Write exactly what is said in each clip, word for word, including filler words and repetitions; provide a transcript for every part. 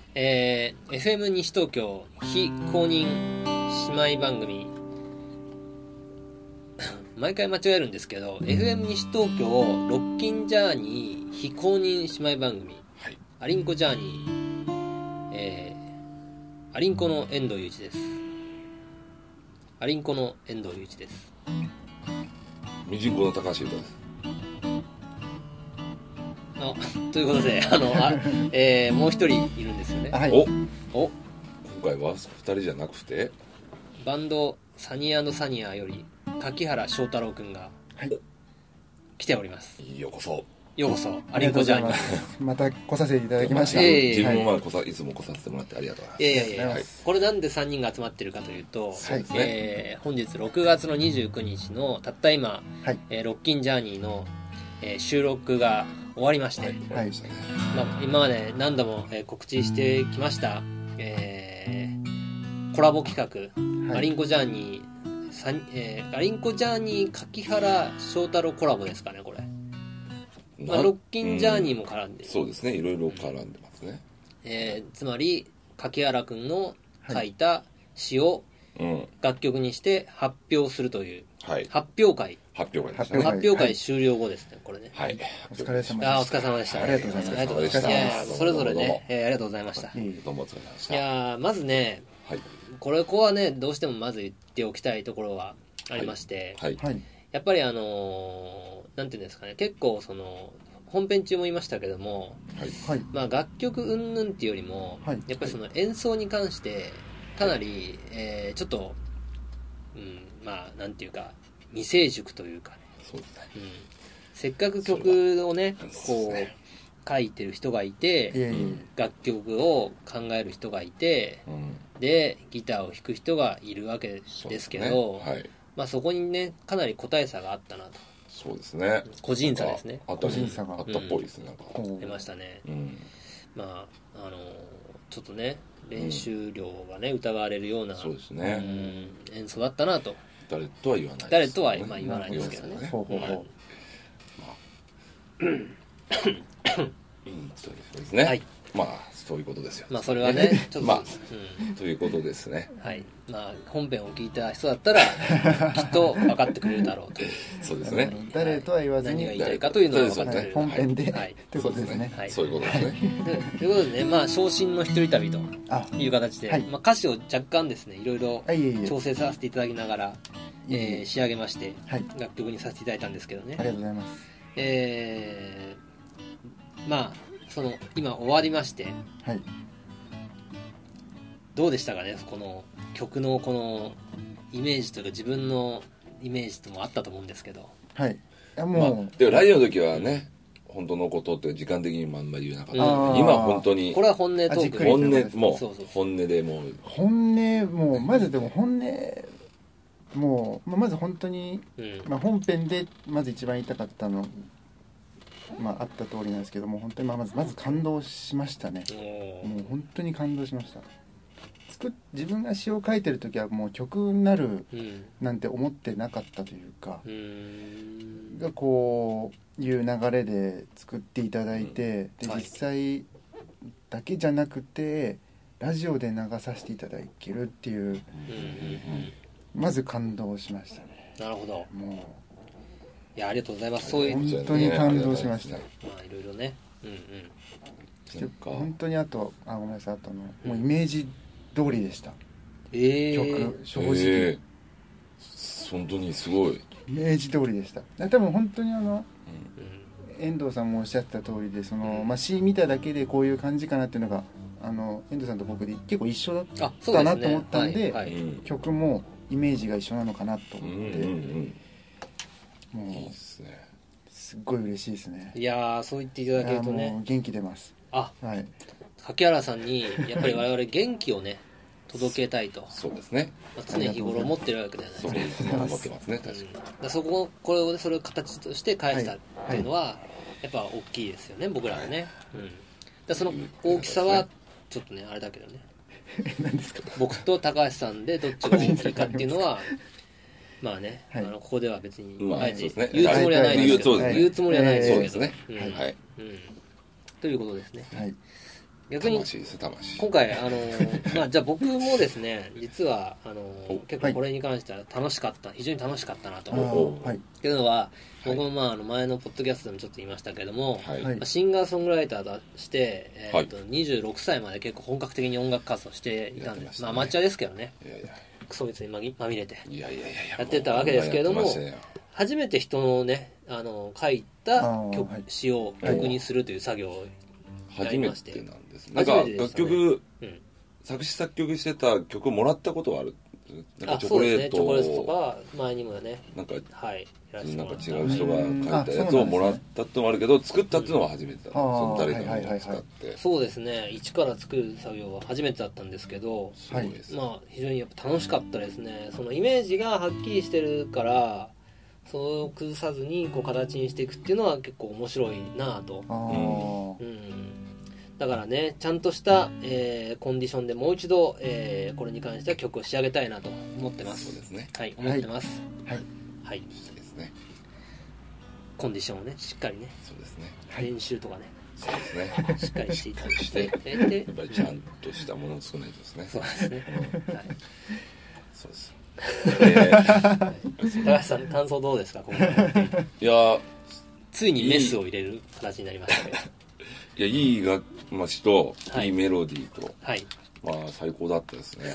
えー、エフエム 西東京非公認姉妹番組毎回間違えるんですけど エフエム 西東京ロッキンジャーニー非公認姉妹番組、はい、アリンコジャーニー、えー、アリンコの遠藤祐一です。アリンコの遠藤祐一です。 ミジンコの高橋優太です。 あということであのあ、えー、もう一人いるんですよね。 はい、おお今回はふたりじゃなくてバンドサニー&サニアより柿原翔太郎くんが来ております。 ようこそようこそアリンコジャーニーまた来させていただきました。 自分もまあこさいつも来させてもらってありがとうございます。 いやいやいや、はい、これなんでさんにんが集まってるかというと、はいえー、本日ろくがつのにじゅうくにちのたった今、はいえー、ロッキンジャーニーの、えー、収録が終わりまして、はいはいまあ、今まで何度も、えー、告知してきました、えー、コラボ企画、はい、アリンコジャーニーさん、えー、アリンコジャーニー柿原翔太郎コラボですかねこれ。まあ、ロッキンジャーニーも絡んでる、 うん、そうですねいろいろ絡んでますね、 えー、つまり柿原くんの書いた詩を楽曲にして発表するという、はい、発表会発表会でしたね。 発表会終了後ですねこれね。 はい。 お疲れ様でした。 あお疲れ様でした。 ありがとうございます。 ありがとうございました。いやいやそれぞれね、えー、ありがとうございました。 どうもお疲れ様でした。 いやまずね、はい、これここはねどうしてもまず言っておきたいところはありまして、はいはい、やっぱりあのー、なんていうんですかね結構その本編中も言いましたけども、はいまあ、楽曲云々っていうよりも、はい、やっぱりその演奏に関してかなり、はいえー、ちょっと、うん、まあなんていうか未成熟というかね、そうですねうん、せっかく曲をねこう書いてる人がいて、うん、楽曲を考える人がいて、うん、でギターを弾く人がいるわけですけど そ,、ねはいまあ、そこにねかなり個体差があったなと。 そうですね。 個人差ですね。 あった個人差があったっぽいですね。 うん、出ましたね。うん、まああのちょっとね練習量がね、うん、疑われるようなそうですね、 うん、演奏だったなと。 誰とは言わないです、ね。 誰とはまあ言わないですけどね。ねほうほうほう。まあ、うん、そうですね。はい。まあそういうことですよ。 まあそれはねちょっとまあ、うん、ということですね。 はい。まあ本編を聞いた人だったらきっと分かってくれるだろうと。 そうですね。 誰とは言わずに何が言いたいかというのを分かってくれる。 本編で、はい、ということですね。 はい。そういうことですね。 ということでね、まあ昇進の一人旅という形で、まあ歌詞を若干ですねいろいろ調整させていただきながら、えー、仕上げまして、はい、楽曲にさせていただいたんですけどね。 ありがとうございます。 えー、まあ。その今終わりまして、はい、どうでしたかねこの曲のこのイメージというか自分のイメージともあったと思うんですけど、 はい、 もう、まあ、でラジオの時はね、うん、本当のことって時間的にもあんまり言えなかった、うん、今本当にこれは本音トーク本音もうそうそう本音でもう本音もうまずでも本音もうまず本当に、うんまあ、本編でまず一番言いたかったのまあ、あった通りなんですけども本当にまずまず感動しましたね。もう本当に感動しました。作自分が詩を書いてる時はもう曲になるなんて思ってなかったというか、うん、がこういう流れで作っていただいて、うん、で実際だけじゃなくてラジオで流させていただけるっていう、うん、まず感動しましたね。 なるほど。 もういやありがとうございます。そういう本当に感動しました。 まあいろいろね、うんうん。 本当にあとあごめんなさいあとの、うん、もうイメージ通りでした。 えー、 曲正直、 えー、本当にすごいイメージ通りでした。多分本当にあの、うん、遠藤さんもおっしゃった通りでその、まあ、詩見ただけでこういう感じかなっていうのがあの遠藤さんと僕で結構一緒だったなと思ったんで、ねはいはい、曲もイメージが一緒なのかなと思って。うんうんうんもういいですね。すっごい嬉しいですね。 いやそう言っていただけるとね。 もう元気出ます。 あ、はい。柿原さんにやっぱり我々元気をね届けたいと。 そうですね。 まあ、常日頃思ってるわけじゃないですか。 そうですね。思ってますね。確かに。 うん、そこをこれをそれを形として返したっていうのは、はいはい、やっぱ大きいですよね僕らはね。うん。だその大きさはちょっとねあれだけどね。 何ですか。 僕と高橋さんでどっちが大きいかっていうのは。まあね、はい、あのここでは別に、あえて言うつもりはないですけど、言うつもりはないですけどね。はい。ということですね。はい。 逆に今回あの、まあ、じゃあ僕もですね実はあの結構これに関しては楽しかった、はい、非常に楽しかったなというのは、僕もまああの前のポッドキャストでもちょっと言いましたけども、はいまあ、シンガーソングライターとして、えーとはい、にじゅうろくさいまで結構本格的に音楽活動していたんで、まあ、アマチュアですけどね、いやいやクソ別にまみれてやってたわけですけれども、初めて人のねあの書いた曲、はい、詩を曲にするという作業をやりまして、 初めてなんです。なんか楽曲、うん、作詞作曲してた曲をもらったことはある。なんかチョコレート、ね、 チョコレートとか前にもねなんか、 はい、 なんか違う人が書いたやつをもらったってのもあるけど、作ったっていうのは初めてだった、うん、その誰かのを使って、 そうですね、一から作る作業は初めてだったんですけど、はい、まあ非常にやっぱ楽しかったですね。そのイメージがはっきりしてるからそれを崩さずにこう形にしていくっていうのは結構面白いなと、うんうん、だからねちゃんとした、えー、コンディションでもう一度、えー、これに関しては曲を仕上げたいなと思ってます。 そうですね、 はい、思ってますはい、はいはい、 ですね、 コンディションをねしっかりね、 そうですね、 練習とかね、 そうですね、 しっかりしていただいてやっぱりちゃんとしたものを作らないとですね。 そうですね、うん、はい、 そうです。えー、高橋さん感想どうですか？今回いやついにメスを入れる形になりましたけど、 いやいい楽器と、はい、いいメロディーと、 はい、 まあ最高だったですね。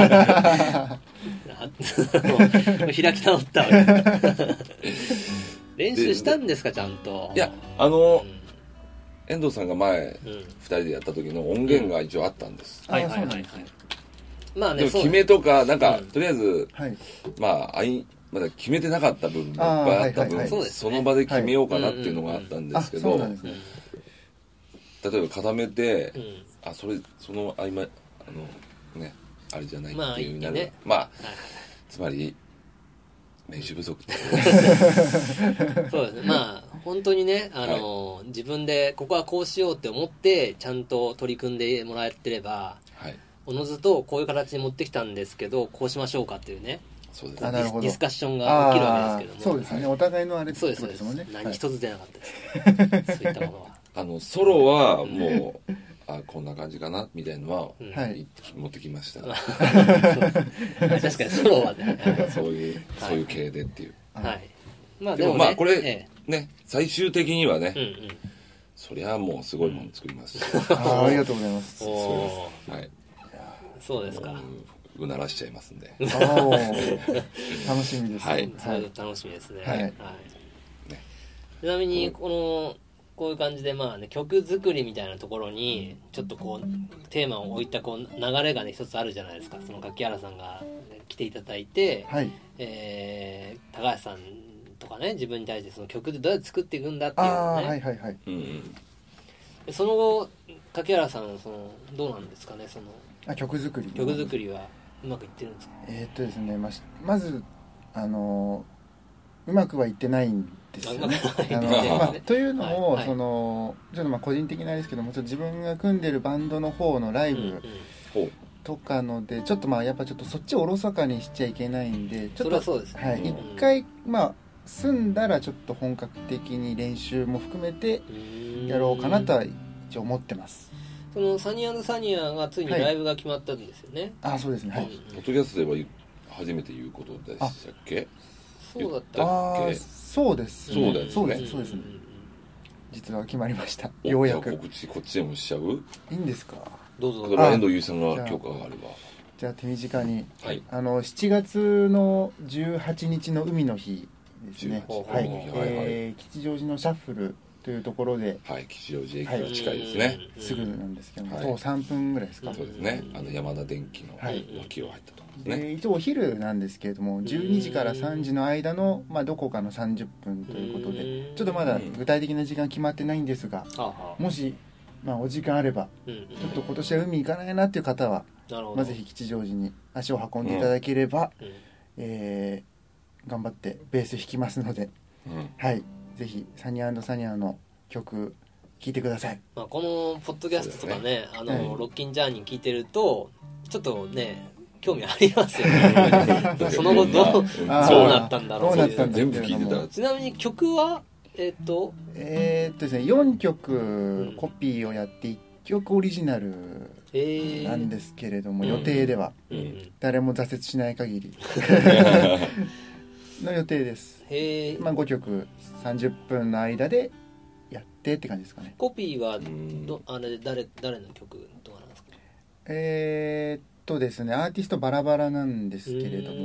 開き直ったわけ練習したんですかちゃんと？ いやあの、うん、遠藤さんが前、うん、ふたりでやった時の音源が一応あったんです、 うん、はいはいはいはい。まあね、 でも決めとかなんか、うん、とりあえず、はい、まああいまだ決めてなかった部分がいっぱいあった分、はいはいはい、その場で決めようかなっていうのがあったんですけど、例えば固めて、うん、あそれその合間あのねあれじゃないっていうなる、まあ、ね、まあ、はい、つまり練習不足ってそうですね、まあ本当にねあの、はい、自分でここはこうしようって思ってちゃんと取り組んでもらえてれば、はい、おのずとこういう形に持ってきたんですけどこうしましょうかっていうね、 そうですね、ディスカッションが起きるわけですけども、 そうですね、お互いのあれってことですもんね。何一つ出なかったです、はい、そういったものはあのソロはもうあこんな感じかなみたいなのは、うん、持ってきました確かにソロはねそういう、そういう系でっていう、 はい、まあでもまあこれ、ええ、ね最終的にはね、うんうん、そりゃもうすごいもの作ります、 うん、あ, ありがとうございます。 そうです、はい、そうですか、 うならしちゃいますんで楽しみです、 はい、 はい、楽しみですね、 はいはい、ね、 ちなみにこのこういう感じでまあね曲作りみたいなところにちょっとこうテーマを置いたこう流れがね一つあるじゃないですか。その柿原さんが来ていただいて、はい、えー、高橋さんとかね自分に対してその曲でどうやって作っていくんだっていうのね、あ、 はいはいはい、 うんうん、その後柿原さんそのどうなんですかね、そのあ曲作り曲作りはうまくいってるんですか？ えー、っとですね、ま, まずあのうまくはいってないんですよね。あのまあ、というのも、はいはい、そのちょっとまあ個人的なですけども、ちょっと自分が組んでるバンドの方のライブとかので、ちょっとまあやっぱちょっとそっちをおろそかにしちゃいけないんで、ちょっとそうです、ね、 はい、一回まあ済んだらちょっと本格的に練習も含めてやろうかなとは一応思ってます。 そのサニー&サニアがついにライブが決まったんですよね。 はい、あ、そうですね。はい。 ポッドキャストでは初めて言うことでしたっけ？ そうだったっけ？ そうです、 そうですね。 そうです、そうです、ね、実は決まりました。ようやく。 告知こっちでもしちゃう？ いいんですか？ どうぞ。 だから遠藤優さんが許可があれば。 じゃあ手短に、 はい、 あのしちがつのじゅうはちにちの海の日ですね。はい。えー、吉祥寺のシャッフルというところで、 はい、吉祥寺駅から近いですね、はい、 すぐなんですけども、はい、さんぷんぐらいですか。 そうですね、あの山田電機の脇を入ったところですね。 で一応お昼なんですけれどもじゅうにじからさんじの間の、まあ、どこかのさんじゅっぷんということで、ちょっとまだ具体的な時間決まってないんですが、もし、まあ、お時間あれば、ちょっと今年は海行かないなっていう方は、まあ、ぜひ吉祥寺に足を運んでいただければ、うん、えー、頑張ってベース弾きますので、うん、はい、ぜひサニー&サニアの曲聴いてください。 まあ、このポッドキャストとかね、あの、はい、ロッキンジャーニー聴いてるとちょっとね興味ありますよねその後どう、どうなったんだろう。 どうなったんだろう。 全部聴いてた。 ちなみに曲はえー、っとえー、っとですねよんきょくコピーをやっていっきょくオリジナルなんですけれども、予定では、うんうん、誰も挫折しない限りの予定です。 へまあ、ごきょくさんじゅっぷんの間でやってって感じですかね。 コピーはどあれ誰誰の曲とかなんですか？ えー、っとですねアーティストバラバラなんですけれども、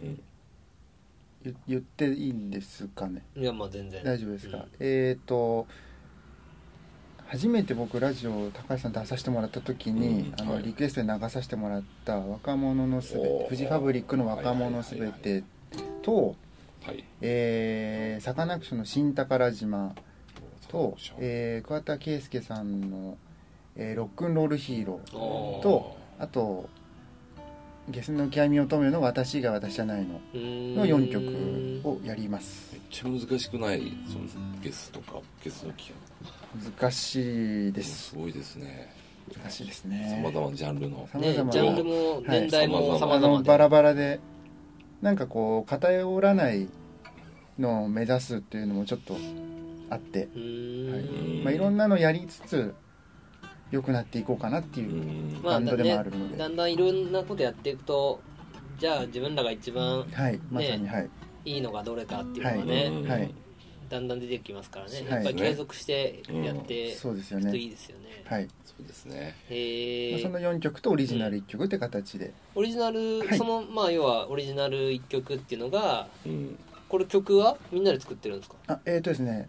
言っていいんですかね？ いやまあ全然大丈夫ですか？うん、えー、っと初めて僕ラジオ高橋さん出させてもらった時に、うん、あのリクエストで流させてもらった若者のすべて、フジファブリックの若者すべてと、はいえー、サカナクションの新宝島と、えー、桑田佳祐さんの、えー、ロックンロールヒーローと、あとゲスの極み乙女の私が私じゃないののよんきょくをやります。 めっちゃ難しくない？そのゲスとかゲスの極み難しいです。 すごいですね。 難しいですね。 さまざまなジャンルの、 ね、ジャンルも年代もさまざまでバラバラでなんかこう偏らないのを目指すっていうのもちょっとあって、はいまあ、いろんなのやりつつ良くなっていこうかなっていうバンドでもあるので、 まあね、だんだんいろんなことやっていくとじゃあ自分らが一番、ねはいまさにはい、 いいのがどれかっていうのがね、はいはい、だんだん出てきますからね、やっぱり継続してやっていくといいですよね。 はい、 そうですね。 へまあ、そのよんきょくとオリジナルいっきょくって形で、うん、 オリジナル、はい、そのまあ要はオリジナルいっきょくっていうのが、うん、これ曲はみんなで作ってるんですか？ あえーとですね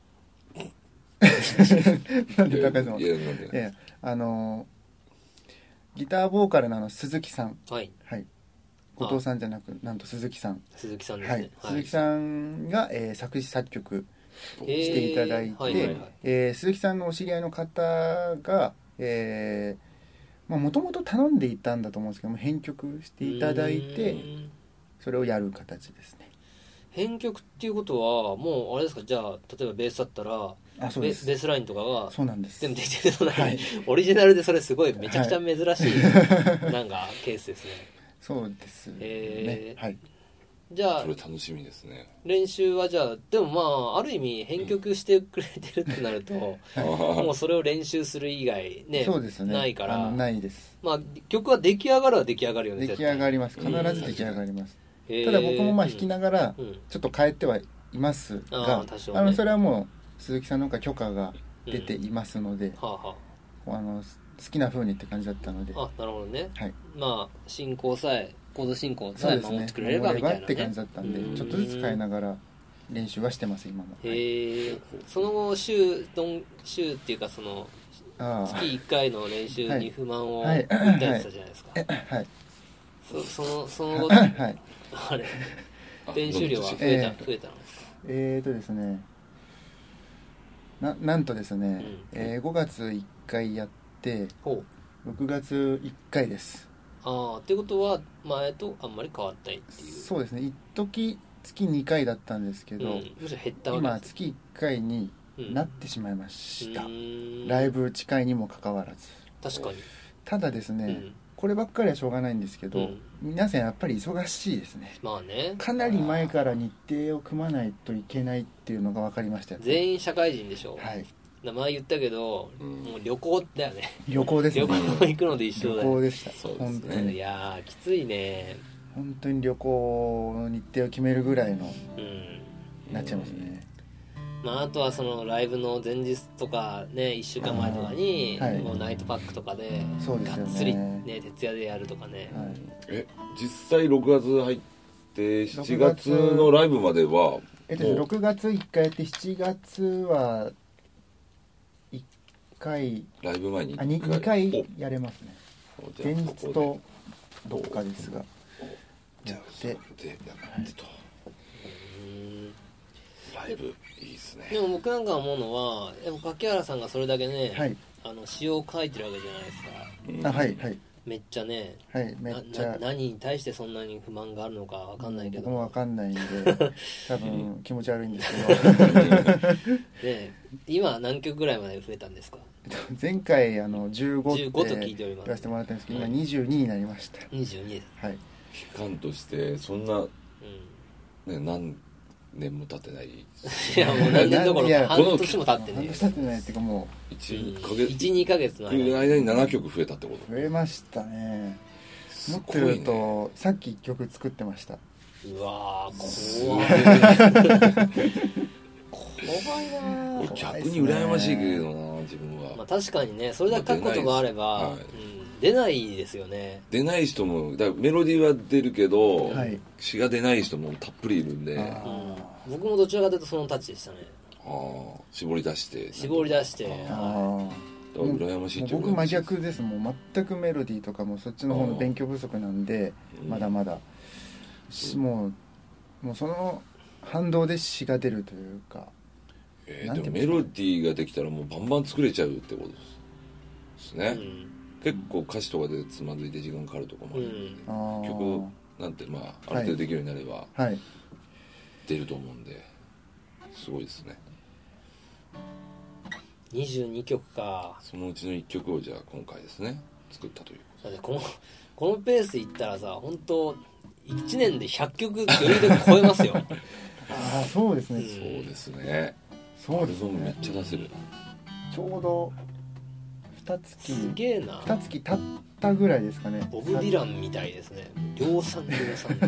なんで高橋さんいやいやいやあのギターボーカルのあの鈴木さん、はい、はい、後藤さんじゃなくなんと鈴木さん鈴木さんですね、はいはい、 鈴木さんが、えー、作詞作曲していただいて、はいはいはいえー、鈴木さんのお知り合いの方がもともと頼んでいたんだと思うんですけども編曲していただいてそれをやる形ですね。 編曲っていうことはもうあれですか？じゃあ例えばベースだったらあそうですベースラインとかがそうなんです全部できてるのに、はい、オリジナルでそれすごいめちゃくちゃ珍しい、はい、なんかケースですね。 そうですね、 えー、 はい。 じゃあそれ楽しみですね。 練習はじゃあでもまあある意味編曲してくれてるってなると、うん、もうそれを練習する以外ね、 そうですね、 ないからあのないです。 まあ曲は出来上がるは出来上がるよね。 出来上がります。必ず出来上がります。ただ僕もまあ弾きながらちょっと変えてはいますが、うん、あのそれはもう鈴木さんの方から許可が出ていますので、うんはあはあ、あの好きな風にって感じだったので。 あ、なるほどね、 はい、 まあ進行さえコード進行さえ守ってくれればみたいな、ね、 って感じだったんでちょっとずつ変えながら練習はしてます今も。 へえ、はい、その後週週っていうかその月いっかいの練習に不満を訴えてたじゃないですか。 はい、はい、 そ, そのその後、はい、あれ練習量は増えた、えー、増えたのですか？ えーとですね な, なんとですね、うんえー、ごがついっかいやってろくがついっかいです。 ああ、ってことは前とあんまり変わったいっていう。 そうですね、一時月にかいだったんですけど、うん、 むしろ減ったわけです。 今月いっかいになってしまいました、うん、ライブ近いにもかかわらず。 確かに。 ただですね、うん、こればっかりはしょうがないんですけど、うん、皆さんやっぱり忙しいですね。 まあね、 かなり前から日程を組まないといけないっていうのが分かりましたよ。 全員社会人でしょ。 はい、 名前言ったけど、うん、もう旅行だよね。 旅行ですね。 旅行行くので一緒だよ。 旅行でした。 そうですね、 本当に。 いやーきついね。 本当に旅行の日程を決めるぐらいの、うん、なっちゃいますね。 まあ、あとはそのライブの前日とかねいっしゅうかんまえとかに、はい、もうナイトパックとかでがっつりね徹夜でやるとかね、はい、 え実際ろくがつ入ってしちがつのライブまではえっとろくがついっかいやってしちがつはいっかいライブ前にいっかいあ 2, にかいやれますね。前日とどっかですがやってやってと、ライブいいですね。 でも僕なんか思うのはでも柿原さんがそれだけね、はい、あの詩を書いてるわけじゃないですか、 うん、あはいはいめっちゃね、 はい、めっちゃ何に対してそんなに不満があるのか分かんないけど、 僕も分かんないんで多分気持ち悪いんですけどね、今何曲ぐらいまで増えたんですか？ 前回あのじゅうごってじゅうごと聞いております言わせてもらったんですけど、今にじゅうにになりました。 にじゅうにです。 はい。 期間としてそんな、うん、ね、何年も経ってないいやもう何年どころか半年も経ってね半年経ってないっていうかもういち、にかげついち、にかげつの間にななきょく増えたってこと。 増えましたね。持ってると、ね、さっき曲作ってました。 うわー怖い怖いな。 俺逆に羨ましいけどな自分は。 まあ確かにねそれだけ書くことがあれば、はい、うん、出ないですよね。 出ない人もだメロディーは出るけど、はい、詩が出ない人もたっぷりいるんで、うん、 僕もどちらかというとそのタッチでしたね。 ああ絞り出して絞り出してああ羨ましいって僕真逆です。もう全くメロディーとかもそっちの方の勉強不足なんでまだまだ、うん、もうもうその反動で詩が出るというか、 えー、でもメロディーができたらもうバンバン作れちゃうってことですね、うん、結構歌詞とかでつまずいて時間かかるとかもあるんで、うん、曲なんてまあある程度できるようになれば、はい、出ると思うんですごいですね。 にじゅうにきょくか。 そのうちのいっきょくをじゃあ今回ですね作ったというだってこのこのペースでいったらさ本当いちねんでひゃっきょく余裕で超えますよああそうですね、うん、 そうですねそうですねめっちゃ出せる。 ちょうどにがつきすげえな。 にがつき経ったぐらいですかね。 ボブ・ディランみたいですね。量産量産で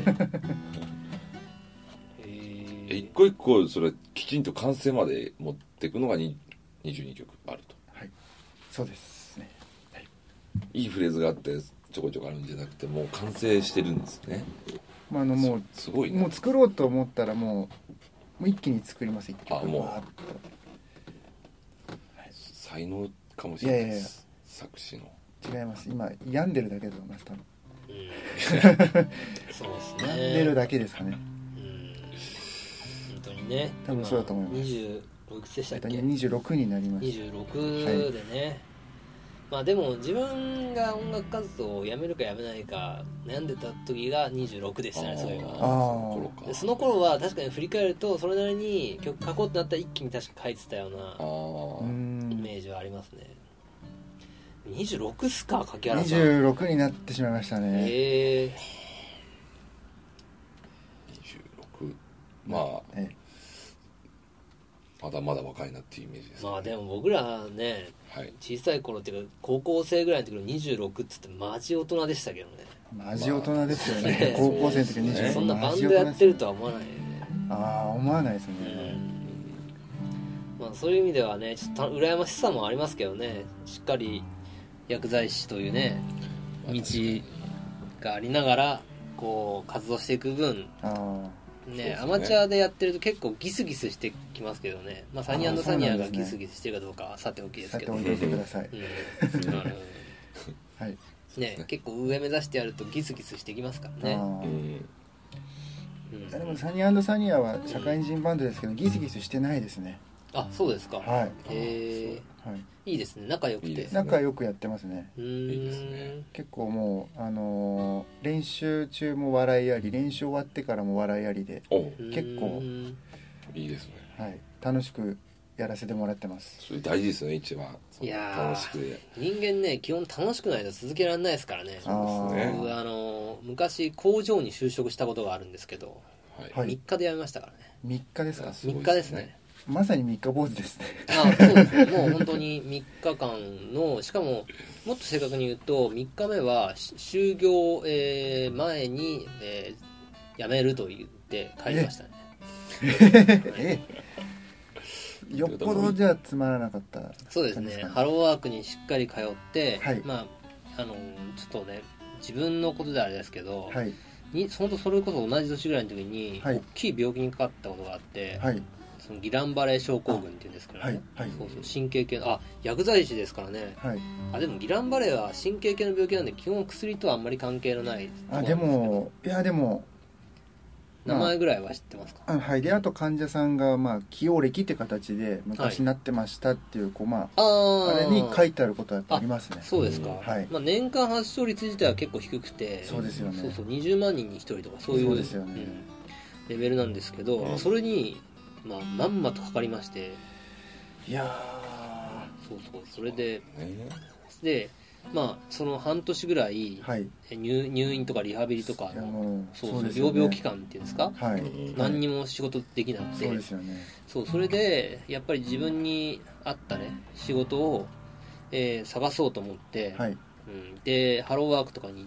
えー、一個一個それきちんと完成まで持っていくのがにじゅうにきょくあると。 はいそうですね、はい、 いいフレーズがあってちょこちょこあるんじゃなくてもう完成してるんですね。 まあ、あのもうすごい、ね、もう作ろうと思ったらもうもう一気に作ります。一曲。あもう、はい、 才能かもしれないです。いやいやいや作詞の違います。今病んでるだけだと思います多分、 うん、そうですね。 病んでるだけですかね。 うん本当にね多分そうだと思います。 にじゅうろくでしたっけ。 にじゅうろくになりました。 にじゅうろくでね、はい、まあでも自分が音楽活動をやめるかやめないか悩んでた時がにじゅうろくでしたね。それはあでその頃は確かに振り返るとそれなりに曲書こうってなったら一気に確か書いてたようなイメージはありますね。にじゅうろくっすか柿原さん。 にじゅうろくになってしまいましたね。 へえにじゅうろくまあ、ええまだまだ若いなっていうイメージです、ね、 まあでも僕らね、はい、小さい頃っていうか高校生ぐらいの時のにじゅうろくっつってマジ大人でしたけどね。 マジ大人ですよね、まあ、高校生の時ににじゅうろく、 そんなバンドやってるとは思わないよね。 ああ思わないですね、 うん、まあそういう意味ではねちょっと羨ましさもありますけどね。しっかり薬剤師というね道がありながらこう活動していく分あね、ねアマチュアでやってると結構ギスギスしてきますけどね。まあサニー&サニアがギスギスしてるかどうかはさておきですけど、 さておいてください、うん、 はいね、結構上目指してやるとギスギスしてきますからね。 うん、でもサニー&サニアは社会人バンドですけど、うん、ギスギスしてないですね。 あそうですか。 はい、 へえ、はい、いいですね。仲良くていいですね。 仲良くやってますね。 うーんいいですね。 結構もう、あのー、練習中も笑いあり練習終わってからも笑いありで結構いいですね、 はい、楽しくやらせてもらってます。 それ大事ですね一番。 いや楽しくで人間ね基本楽しくないと続けられないですからね。そうですね。僕あの昔工場に就職したことがあるんですけど、はい、みっかで辞めましたからね。 みっかですか。 みっかですね。 まさに三日坊主ですね。 あそうですね。もう本当にみっかかんのしかももっと正確に言うとみっかめは就業、えー、前に、えー、辞めると言って帰りましたね。 ええよっぽどじゃあつまらなかった、ね、 そうですね。ハローワークにしっかり通って、はい、まああのちょっとね自分のことであれですけど、はい、に本当それこそ同じ年ぐらいの時に、はい、大きい病気にかかったことがあって、はいそのギランバレー症候群っていうんですけどね、はいはい、そうそう神経系のあ薬剤師ですからね、はい、あでもギランバレーは神経系の病気なんで基本薬とはあんまり関係のないあでもいやでも名前ぐらいは知ってますか。 あはいであと患者さんがまあ起用歴って形で昔なってましたっていう、はい、こうまあ あ, あれに書いてあることはやっぱありますね。 そうですか、はいまあ、年間発症率自体は結構低くてそうですよね。 そうそうにじゅうまんにんにひとりとかそういうそうですよね、うん、 レベルなんですけど、うん、それにまあ、まんまとかかりましていやそうそうそれででまあその半年ぐらい、はい、入, 入院とかリハビリとかのそうそう療病期間っていうんですか、はい、何にも仕事できなくて、 そうですよね。 そうそれでやっぱり自分に合ったね仕事を、えー、探そうと思って、はい、うん、でハローワークとかに行って、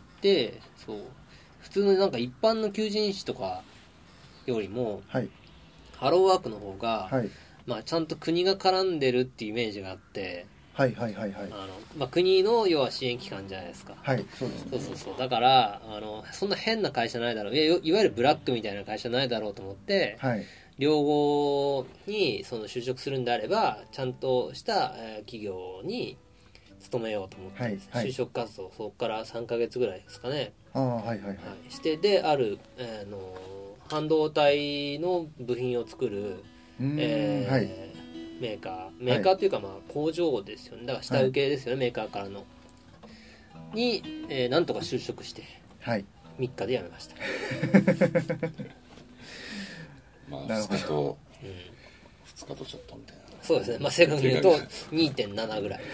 そう普通のなんか一般の求人誌とかよりも、はい、ハローワークの方が、はい、まあ、ちゃんと国が絡んでるっていうイメージがあって、 はいはいはいはい、 あのまあ、国の要は支援機関じゃないですか。 はい、そうですね。 そうそうそうだからあのそんな変な会社ないだろう、いわゆるブラックみたいな会社ないだろうと思って、はい、両方にその就職するんであればちゃんとした、えー、企業に勤めようと思って、はいはい、就職活動そこからさんかげつぐらいですかね、 あ、はいはいはい、 してである、えー、の半導体の部品を作る、えーはい、メーカーメーカーっていうかまあ工場ですよね、だから下請けですよね、はい、メーカーからのに、えー、なんとか就職して、はい、みっかで辞めましたまあふつかと、うん、ふつかとちょっとみたいな、 そうですね、まあ、正確に言うと にてんなな ぐらい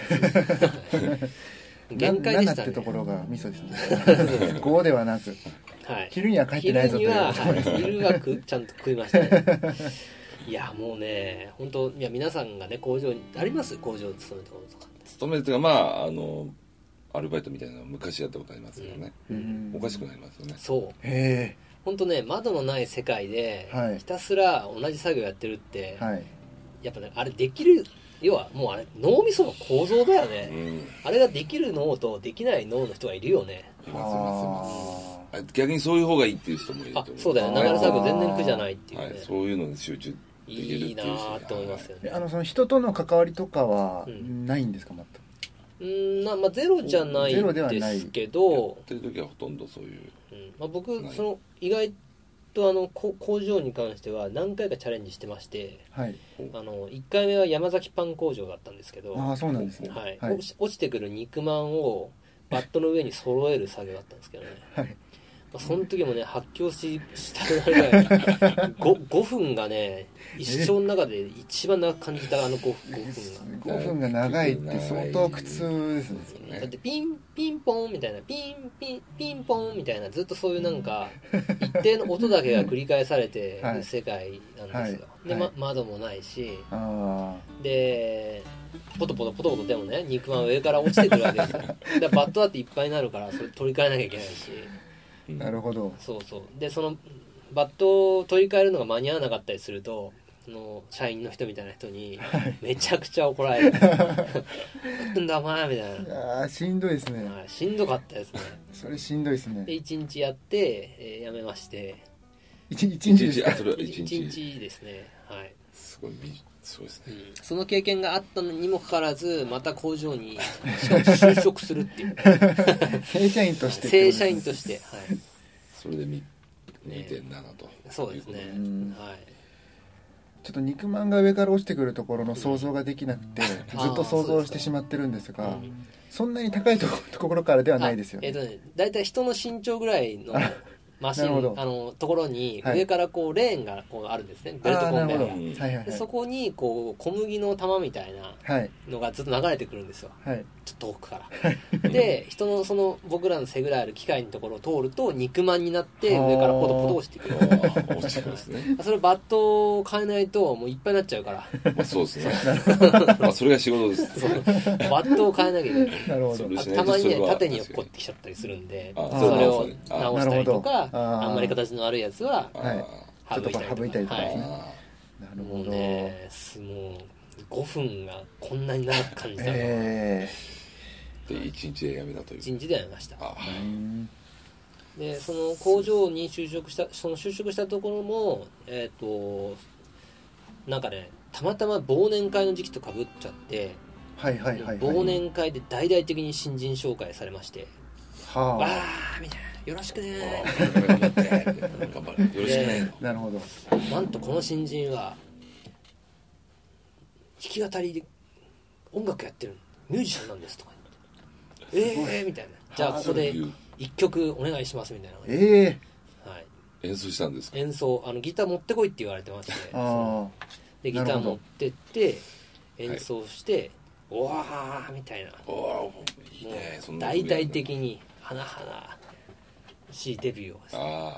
限界でしたね。ななってところがミソですねごではなく、はい、昼には帰ってないぞという。昼には、はい、 昼はくちゃんと食いましたねいやもうね本当いや皆さんがね工場にあります工場に勤めたこととか勤めるというかまああのアルバイトみたいなの昔やったことありますけどね、うん、おかしくなりますよね。 そうへ本当ね窓のない世界で、はい、ひたすら同じ作業やってるって、はい、やっぱねあれできる要はもうあれ脳みその構造だよね、うん、あれができる脳とできない脳の人がいるよね。 いますいますいます。逆にそういう方がいいっていう人もいると思う。 あそうだよね、流れ作業全然苦じゃないっていうね、はい、 そういうのに集中できるっていういいなと思いますよね。 あのその人との関わりとかはないんですか、全く。 うんなまあ、ゼロじゃないですけど、やってる時はほとんどそういう、 うんまあ、僕その意外とあの工場に関しては何回かチャレンジしてまして、はい、あのいっかいめは山崎パン工場だったんですけど、 あそうなんですね、 はいはい、落ち、落ちてくる肉まんをバットの上に揃える作業だったんですけどね、はいまあ、その時もね発狂ししたくなるぐらい 5, 5分がね一生の中で一番長く感じたあの 5, 5分がごふんが長いって相当苦痛ですね。 だってピンピンポンみたいなピンピンピンポンみたいなずっとそういうなんか一定の音だけが繰り返されてる世界なんですよ、はいはい、で、ま、窓もないしでポトポトポトポトでもね肉まん上から落ちてくるわけですよでバットだっていっぱいになるからそれ取り替えなきゃいけないし、 なるほど。 そうそうでそのバットを取り替えるのが間に合わなかったりするとの社員の人みたいな人にめちゃくちゃ怒られるなんだお前みたいな。あしんどいですね、 はい、しんどかったですねそれしんどいですね。 でいちにちやって、えー、辞めまして。 いちにちですか。 いちにちですね、はい、 すごいそうですね、 うん、その経験があったのにもかかわらずまた工場にしかも就職するっていう正社員として正社員として、はい、 それで にてんなな と、ね、 そうですね、はい、 ちょっと肉まんが上から落ちてくるところの想像ができなくて、うん、ずっと想像してしまってるんですが、うん、そんなに高いところからではないですよね。 えーとね、だいたい人の身長ぐらいのマシンあのところに上からこうレーンがこうあるんですね、はい、ベルトコンベヤーが、はいはいはい、そこにこう小麦の玉みたいなのがずっと流れてくるんですよ、はい、ちょっと奥からで人のその僕らの背ぐらいある機械のところを通ると肉まんになって上からポトポト落ちてくる落ちてくるですね。それバットを変えないともういっぱいになっちゃうから、 まあ、そうですねまあそれが仕事です、ね、 バットを変えなきゃいけないなるほど。たまにね縦に落っこってきちゃったりするんでそれを直したりとか あ, あんまり形の悪いやつは省いたりとか、 省いたりとかですね、はい、 なるほど。もうねもうごふんがこんなに長く感じたの、えー、でいちにちで辞めたという。 いちにちで辞めました。あでその工場に就職したその就職したところもえっ、ー、となんかねたまたま忘年会の時期とかぶっちゃって、 はいはいはいはい、 忘年会で大々的に新人紹介されまして、はあ、わーみたいなよろしくねー頑張って頑張れよろしくね。 なるほど。 なんとこの新人は弾き語りで音楽やってるミュージシャンなんですとか言って、えーみたいな、じゃあここで一曲お願いしますみたいな、 えーはい、 演奏したんですか。 演奏あのギター持ってこいって言われてましてあでギター持ってって演奏して、はい、おわーみたいな、 おもう大々的に華々しいデビューをですね、はい、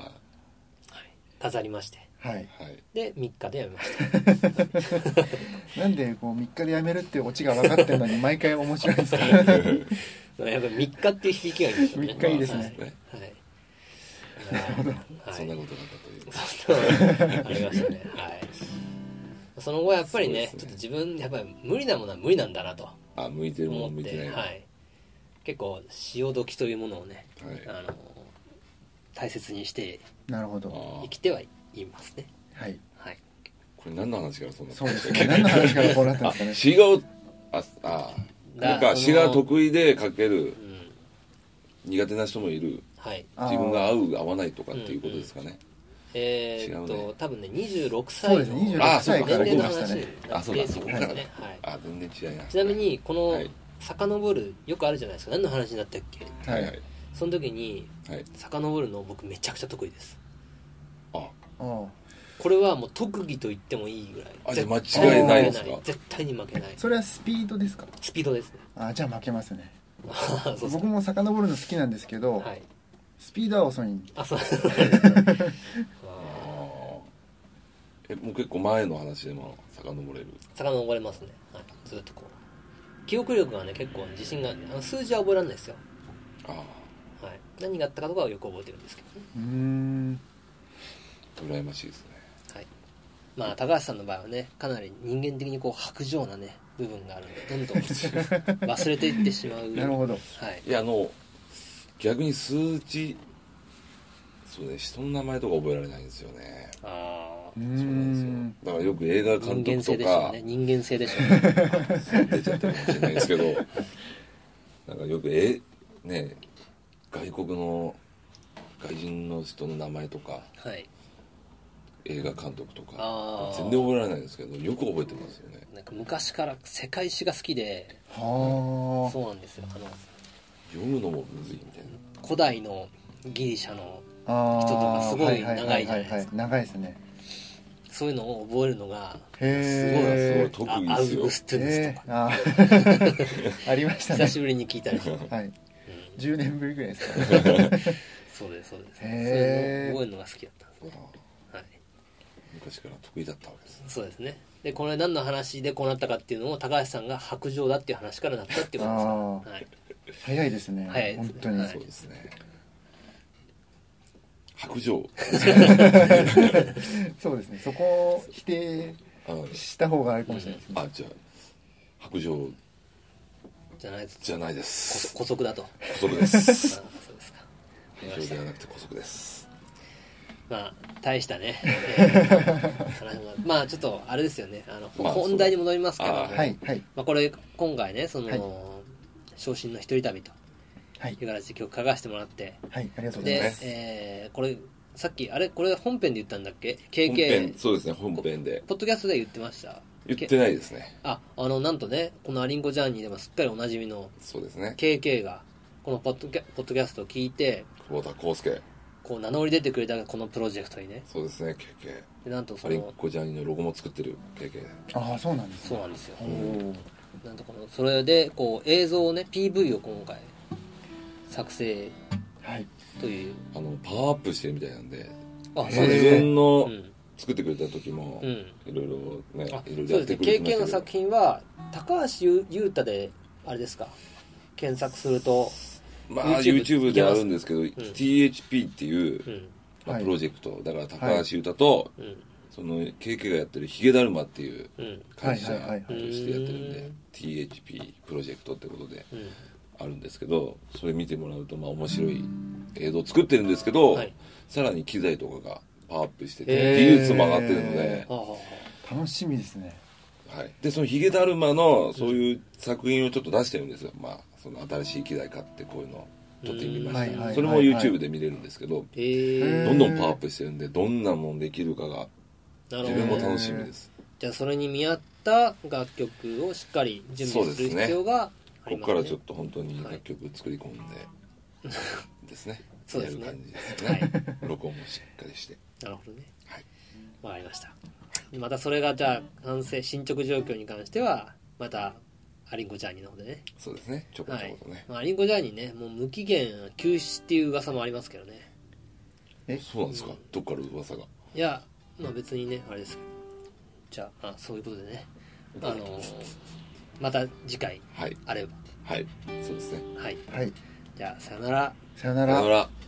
飾りまして、はい、でみっかでやめましたなんでこうみっかでやめるっていうオチが分かってるのに毎回面白いんですかやっぱみっかっていう響きがいいですよね。 みっかいいですね、 はいはい、 なるほど、はい、そんなことだったというありましたね、はい、その後やっぱり ね, ねちょっと自分やっぱり無理なものは無理なんだなとあ向いてるもの向いてない、 はい、結構潮時というものをね、はい、あの大切にして生きてはいますね。はい、はい、 これ何の話からそんなそうですね何の話からこうなったんですかね。 詩がああなんか詩が得意で書ける、うん、苦手な人もいる、はい、自分が合う合わないとかっていうことですかね。うんうん、 えー、っと、ね、多分ねにじゅうろくさいの年齢の話になっていますね。 あ、全然違いな。 ちなみにこの遡るよくあるじゃないですか。何の話になったっけ。はいはい。その時に遡るの僕めちゃくちゃ得意です。ああ。これはもう特技と言ってもいいぐらい。 あ、じゃあ間違いないですか。 絶対に負けない。 それはスピードですか。 スピードですね。 あ、じゃあ負けますね。そう僕も遡るの好きなんですけど、はい、スピードは遅いんで。あ、そうえもう結構前の話でも遡れる。 遡れますね、はい、ずっとこう記憶力がね結構自信があの数字は覚えられないですよ。あ、はい、何があったかとかはよく覚えてるんですけどね。うーん、 羨ましいですね。はい、 まあ高橋さんの場合はねかなり人間的にこう薄情なね部分があるのでどんどん忘れていってしまうなるほど、 はい、 いやあの逆に数値そうね人の名前とか覚えられないんですよね。ああ、そうなんですよ。だからよく映画監督とか人間性でしょうね。人間性でしょうね。 出ちゃってるかもしれないですけどなんかよくえね外国の外人の人の名前とか、はい、映画監督とか全然覚えられないんですけどよく覚えてますよね。 なんか昔から世界史が好きで、 はそうなんですよ。あの読むのもむずいみたいな。古代のギリシャの人とかすごい長いじゃないですか。 長いですね。 そういうのを覚えるのがすごいすごい特技ですよ。 アウグストゥヌスとかあ, ありましたね。 久しぶりに聞いたりして、はい、うん、 じゅうねんぶりぐらいですかね。そうですそうです。そういうの覚えるのが好きだったんですね。はい、 昔から得意だったわけです、ね、 そうですね。でこれ何の話でこうなったかっていうのも高橋さんが白状だっていう話からなったっていうことですか、はい、 早いですね。 早いですね。 本当に、 はい、そうですね。白状そうですね。そこを否定した方があるかもしれないですね。 あ、じゃあ白状じゃないです。 じゃないです。 姑息だと。 姑息です。あ、そうですか。 白状ではなくて姑息です。 まあ大したね、えー、まあちょっとあれですよね。あの、まあ、本題に戻りますけども、はいはい、まあこれ今回ねその、はい、昇進の一人旅という形で今日書かせてもらって、 はい、ありがとうございます。 で、えー、これさっきあれこれ本編で言ったんだっけ？ ケーケーそうですね、本編でポッドキャストで言ってました？ 言ってないですね。 あ、あのなんとねこのアリンコジャーニーでもすっかりおなじみのそうですねケーケー がこのポッドキャ、ポッドキャストを聞いて久保田康介こう名乗り出てくれたこのプロジェクトにね。 そうですね ケーケーでなんとそのアリンコジャーニーのロゴも作ってる ケーケー。 ああそうなんですね。そうなんですよ。なんとこのそれでこう映像をね ピーブイ を今回作成という、 はい、あのパワーアップしてるみたいなんで、あ、そうですね、自分の作ってくれた時もいろいろね、いろいろやってくれてましたけど、そうですね、 ケーケー の作品は高橋優太であれですか検索するとまあ YouTube, YouTube であるんですけど、うん、ティーエイチピー っていう、うんまあ、プロジェクト、はい、だから高橋優太と、はい、その ケーケー がやってるヒゲだるまっていう会社としてやってるんで ティーエイチピー プロジェクトってことであるんですけど、それ見てもらうとまあ面白い映像を作ってるんですけど、はい、さらに機材とかがパワーアップしてて技術も上がってるので楽しみですね。 はい、でそのヒゲだるまのそういう作品をちょっと出してるんですよ。まあその新しい機材買ってこういうのを撮ってみました。それも YouTube で見れるんですけど、どんどんパワーアップしてるんでどんなもんできるかが自分も楽しみです。 じゃあそれに見合った楽曲をしっかり準備する必要がありますね。 ここからちょっと本当に楽曲作り込んでですね、 そうですね、 やる感じですね、はい、録音もしっかりして。 なるほどね、はい、分かりました。またそれがじゃあ完成進捗状況に関してはまたアリンコジャーニーの方でね。 そうですね、ちょこちょことね、はい、 まあ、アリンコジャーニーね、もう無期限休止っていう噂もありますけどね。 え、そうなんですか、うん、どっから噂が。 いや、まあ別にね、あれですけど。じゃあ、あそういうことでね、あのー、また次回あれば、 はい、はい、そうですね。 はい、 はい、 じゃあさよなら。 さよなら。